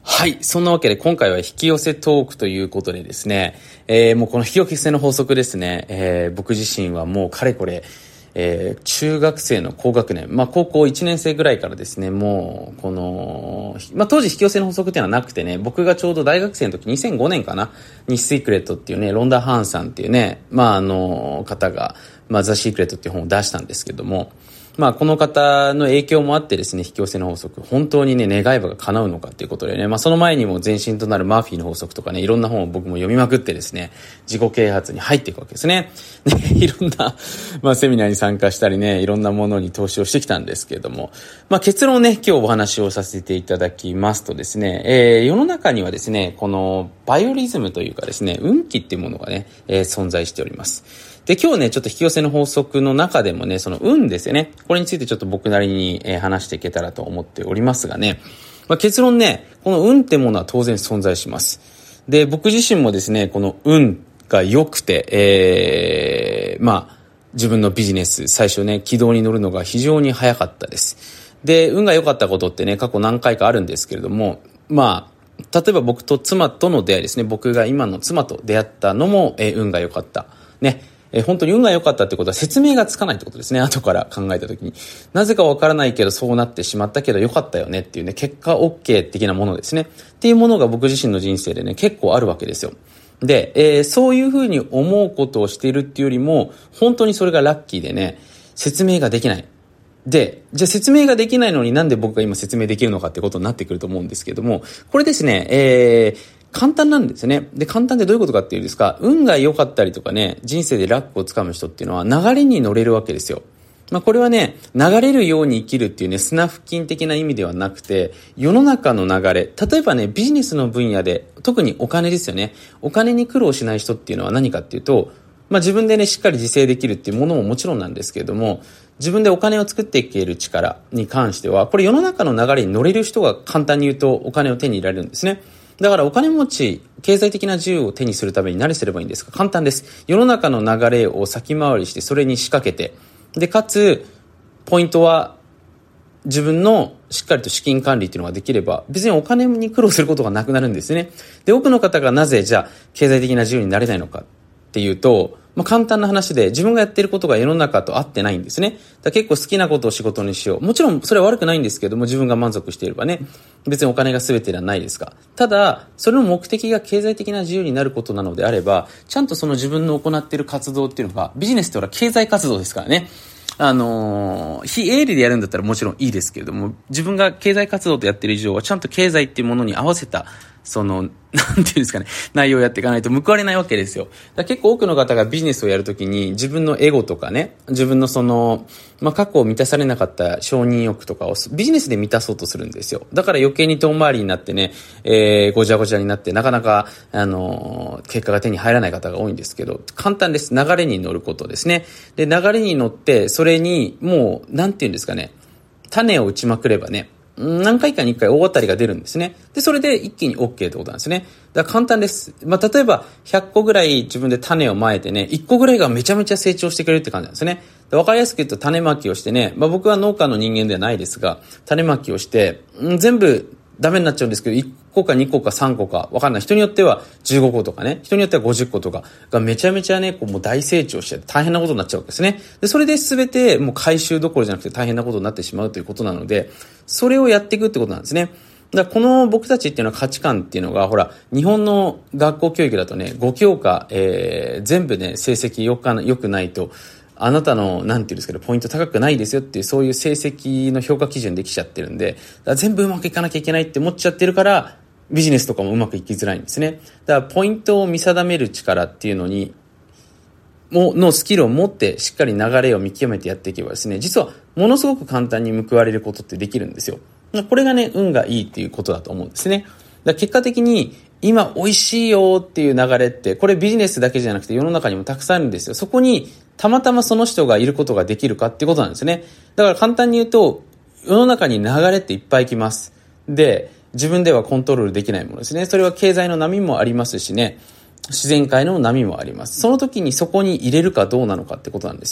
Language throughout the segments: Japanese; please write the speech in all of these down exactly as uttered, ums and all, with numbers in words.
はい。そんなわけで今回は引き寄せトークということでですね、えー、もうこの引き寄せの法則ですね、えー、僕自身はもうかれこれ、えー、中学生の高学年、まあ高校いちねん生ぐらいからですね、もうこの、まあ当時引き寄せの法則っていうのはなくてね、僕がちょうど大学生の時にせんごねんかなにシークレットっていうね、ロンダ・ハーンさんっていうね、まああの方が、まあザ・シークレットっていう本を出したんですけども、まあこの方の影響もあってですね、引き寄せの法則、本当にね、願いばが叶うのかっていうことでね、まあその前にも前身となるマーフィーの法則とかね、いろんな本を僕も読みまくってですね、自己啓発に入っていくわけですね。で、いろんな、まあセミナーに参加したりね、いろんなものに投資をしてきたんですけれども、まあ結論をね、今日お話をさせていただきますとですね、えー、世の中にはですね、このバイオリズムというかですね、運気っていうものがね、えー、存在しております。で、今日ね、ちょっと引き寄せの法則の中でもね、その運ですよね。これについてちょっと僕なりに、えー、話していけたらと思っておりますがね。まあ、結論ね、この運ってものは当然存在します。で、僕自身もですね、この運が良くて、えー、まあ、自分のビジネス、最初ね、軌道に乗るのが非常に早かったです。で、運が良かったことってね、過去何回かあるんですけれども、まあ、例えば僕と妻との出会いですね、僕が今の妻と出会ったのも、えー、運が良かった。ね。えー、本当に運が良かったってことは説明がつかないってことですね。後から考えたときに。なぜかわからないけどそうなってしまったけど良かったよねっていうね、結果 OK 的なものですね。っていうものが僕自身の人生でね、結構あるわけですよ。で、えー、そういうふうに思うことをしているっていうよりも、本当にそれがラッキーでね、説明ができない。で、じゃあ説明ができないのになんで僕が今説明できるのかってことになってくると思うんですけれども、これですね、えー、簡単なんですね。で、簡単ってどういうことかっていうんですか、運が良かったりとかね、人生でラックをつかむ人っていうのは流れに乗れるわけですよ。まあこれはね、流れるように生きるっていうね、スナフキン的な意味ではなくて、世の中の流れ、例えばね、ビジネスの分野で、特にお金ですよね。お金に苦労しない人っていうのは何かっていうと、まあ自分でね、しっかり自制できるっていうものももちろんなんですけれども、自分でお金を作っていける力に関しては、これ世の中の流れに乗れる人が簡単に言うとお金を手に入れられるんですね。だからお金持ち、経済的な自由を手にするために何すればいいんですか？簡単です。世の中の流れを先回りしてそれに仕掛けて、で、かつ、ポイントは自分のしっかりと資金管理っていうのができれば、別にお金に苦労することがなくなるんですね。で、多くの方がなぜじゃあ経済的な自由になれないのかっていうと、まあ、簡単な話で自分がやっていることが世の中と合ってないんですね。だから結構好きなことを仕事にしよう。もちろんそれは悪くないんですけども、自分が満足していればね、別にお金が全てではないですが。ただ、それの目的が経済的な自由になることなのであれば、ちゃんとその自分の行っている活動っていうのが、ビジネスってほら経済活動ですからね。あのー、非営利でやるんだったらもちろんいいですけれども、自分が経済活動とやってる以上はちゃんと経済っていうものに合わせた、その、なんていうんですかね、内容をやっていかないと報われないわけですよ。だから結構多くの方がビジネスをやるときに自分のエゴとかね、自分のその、まあ、過去を満たされなかった承認欲とかをビジネスで満たそうとするんですよ。だから余計に遠回りになってね、えー、ごちゃごちゃになってなかなか、あのー、結果が手に入らない方が多いんですけど、簡単です。流れに乗ることですね。で、流れに乗って、それにもう、なんていうんですかね、種を打ちまくればね、何回かにいっかい大当たりが出るんですね。で、それで一気に OK ってことなんですね。だから簡単です。まあ、例えばひゃっこぐらい自分で種をまいてね、いっこぐらいがめちゃめちゃ成長してくれるって感じなんですね。わかりやすく言うと種まきをしてね、まあ、僕は農家の人間ではないですが、種まきをして、ん全部ダメになっちゃうんですけど、いっこかにこかさんこかわかんない。人によってはじゅうごことかね、人によってはごじゅっことかがめちゃめちゃね、こうもう大成長して大変なことになっちゃうわけですね。で、それで全てもう回収どころじゃなくて大変なことになってしまうということなので、それをやっていくってことなんですね。だからこの僕たちっていうのは価値観っていうのが、ほら、日本の学校教育だとね、ご教科、えー、全部ね、成績良く良くないと、あなたの、なんていうんですけど、ポイント高くないですよっていう、そういう成績の評価基準できちゃってるんで、だから全部うまくいかなきゃいけないって思っちゃってるから、ビジネスとかもうまくいきづらいんですね。だからポイントを見定める力っていうのに、ものスキルを持ってしっかり流れを見極めてやっていけばですね、実はものすごく簡単に報われることってできるんですよ。これがね、運がいいっていうことだと思うんですね。だから結果的に今美味しいよっていう流れって、これビジネスだけじゃなくて世の中にもたくさんあるんですよ。そこにたまたまその人がいることができるかっていうことなんですね。だから簡単に言うと、世の中に流れっていっぱい来ます。で、自分ではコントロールできないものですね。それは経済の波もありますしね、自然界の波もあります。その時にそこに入れるかどうなのかってことなんですね。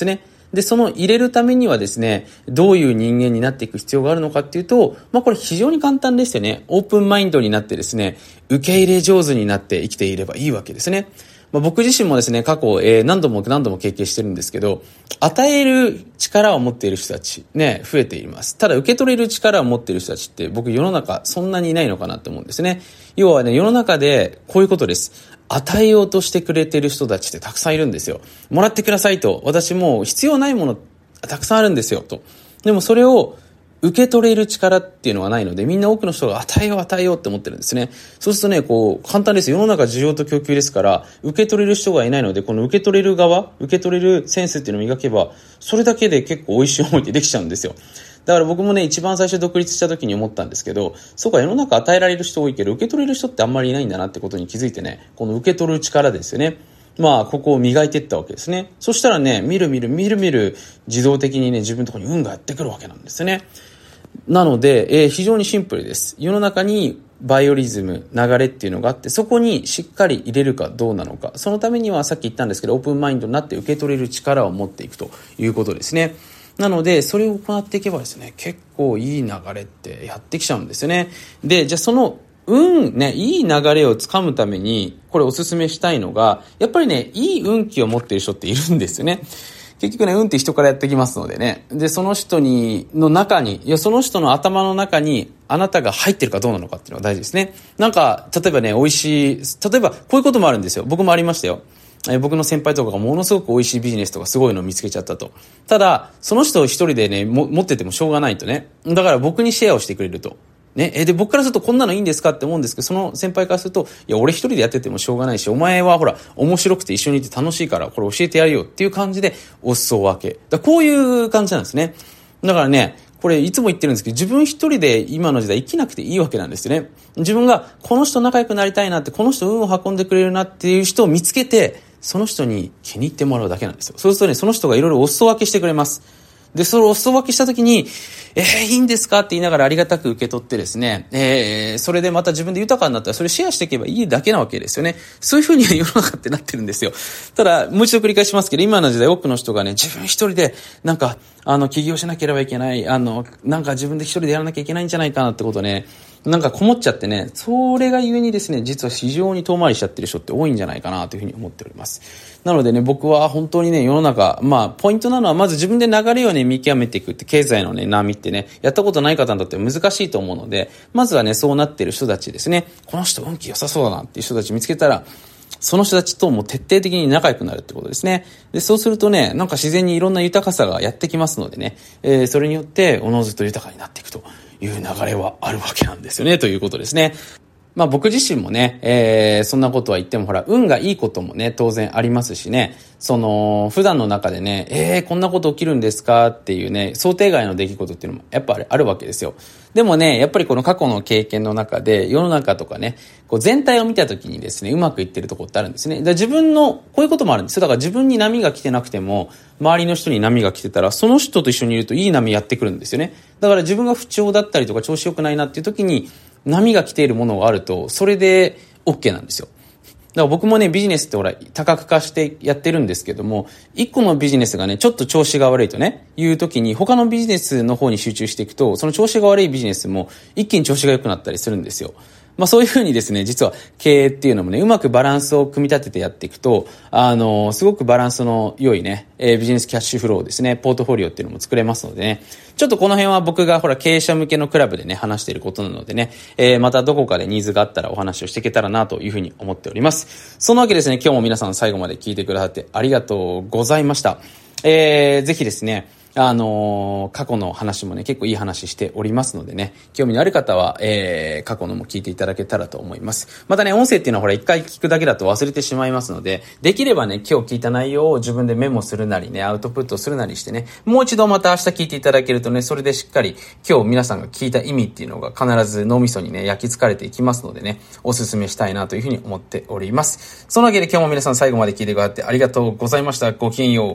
で、その入れるためにはですね、どういう人間になっていく必要があるのかっていうと、まあこれ非常に簡単ですよね。オープンマインドになってですね、受け入れ上手になって生きていればいいわけですね。まあ、僕自身もですね、過去、えー、何度も何度も経験してるんですけど、与える力を持っている人たち、ね、増えています。ただ受け取れる力を持っている人たちって僕世の中そんなにいないのかなと思うんですね。要はね、世の中でこういうことです。与えようとしてくれている人たちってたくさんいるんですよ。もらってくださいと。私もう必要ないものたくさんあるんですよと。でもそれを受け取れる力っていうのはないので、みんな多くの人が与えよう与えようって思ってるんですね。そうするとね、こう簡単です。世の中需要と供給ですから、受け取れる人がいないので、この受け取れる側、受け取れるセンスっていうのを磨けば、それだけで結構美味しい思いってできちゃうんですよ。だから僕もね、一番最初独立した時に思ったんですけど、そうか、世の中与えられる人多いけど、受け取れる人ってあんまりいないんだなってことに気づいてね、この受け取る力ですよね。まあ、ここを磨いていったわけですね。そしたらね、みるみるみるみる自動的にね、自分のところに運がやってくるわけなんですよね。なので、えー、非常にシンプルです。世の中にバイオリズム、流れっていうのがあって、そこにしっかり入れるかどうなのか。そのためにはさっき言ったんですけど、オープンマインドになって受け取れる力を持っていくということですね。なので、それを行っていけばですね、結構いい流れってやってきちゃうんですよね。で、じゃあその運ね、いい流れをつかむために、これおすすめしたいのが、やっぱりね、いい運気を持っている人っているんですよね。結局ね、運って人からやってきますのでね。で、その人に、の中に、いや、その人の頭の中に、あなたが入ってるかどうなのかっていうのが大事ですね。なんか、例えばね、美味しい、例えば、こういうこともあるんですよ。僕もありましたよ。え僕の先輩とかがものすごく美味しいビジネスとかすごいのを見つけちゃったと。ただ、その人一人でね、も持っててもしょうがないとね。だから僕にシェアをしてくれると。ね、え、で、僕からするとこんなのいいんですかって思うんですけど、その先輩からすると、いや、俺一人でやっててもしょうがないし、お前はほら、面白くて一緒にいて楽しいから、これ教えてやるよっていう感じで、お裾分け。だこういう感じなんですね。だからね、これいつも言ってるんですけど、自分一人で今の時代生きなくていいわけなんですよね。自分がこの人仲良くなりたいなって、この人運を運んでくれるなっていう人を見つけて、その人に気に入ってもらうだけなんですよ。そうするとね、その人がいろいろお裾分けしてくれます。で、それをお裾分けしたときに、えー、いいんですかって言いながらありがたく受け取ってですね、えー、それでまた自分で豊かになったらそれシェアしていけばいいだけなわけですよね。そういうふうに世の中ってなってるんですよ。ただ、もう一度繰り返しますけど、今の時代多くの人がね、自分一人で、なんか、あの、起業しなければいけない、あの、なんか自分で一人でやらなきゃいけないんじゃないかなってことね、なんかこもっちゃってね、それがゆえにですね、実は非常に遠回りしちゃってる人って多いんじゃないかなというふうに思っております。なのでね、僕は本当にね、世の中、まあ、ポイントなのはまず自分で流れをね、見極めていくって、経済のね、波ってね、やったことない方にとっては難しいと思うので、まずはね、そうなってる人たちですね、この人運気良さそうだなっていう人たち見つけたら、その人たちとも徹底的に仲良くなるってことですね。で、そうするとね、なんか自然にいろんな豊かさがやってきますのでね、えー、それによっておのずと豊かになっていくという流れはあるわけなんですよね、ということですね。まあ僕自身もね、えー、そんなことは言ってもほら、運がいいこともね、当然ありますしね、その、普段の中でね、えー、こんなこと起きるんですかっていうね、想定外の出来事っていうのもやっぱあるわけですよ。でもね、やっぱりこの過去の経験の中で、世の中とかね、こう全体を見たときにですね、うまくいってるところってあるんですね。だから自分の、こういうこともあるんですよ。だから自分に波が来てなくても、周りの人に波が来てたら、その人と一緒にいるといい波やってくるんですよね。だから自分が不調だったりとか調子良くないなっていう時に、波が来ているものがあると、それで OK なんですよ。だから僕もね、ビジネスってほら、多角化してやってるんですけども、一個のビジネスがね、ちょっと調子が悪いとね、いう時に、他のビジネスの方に集中していくと、その調子が悪いビジネスも一気に調子が良くなったりするんですよ。まあそういうふうにですね、実は経営っていうのもね、うまくバランスを組み立ててやっていくと、あの、すごくバランスの良いね、えー、ビジネスキャッシュフローですね、ポートフォリオっていうのも作れますのでね、ちょっとこの辺は僕がほら経営者向けのクラブでね、話していることなのでね、えー、またどこかでニーズがあったらお話をしていけたらなというふうに思っております。そのわけですね、今日も皆さん最後まで聞いてくださってありがとうございました。えー、ぜひですね、あのー、過去の話もね、結構いい話しておりますのでね、興味のある方は、えー、過去のも聞いていただけたらと思います。またね、音声っていうのはほら、一回聞くだけだと忘れてしまいますので、できればね、今日聞いた内容を自分でメモするなりね、アウトプットするなりしてね、もう一度また明日聞いていただけるとね、それでしっかり今日皆さんが聞いた意味っていうのが必ず脳みそにね、焼き付かれていきますのでね、お勧めしたいなというふうに思っております。そのわけで今日も皆さん最後まで聞いてくださってありがとうございました。ごきげんよう。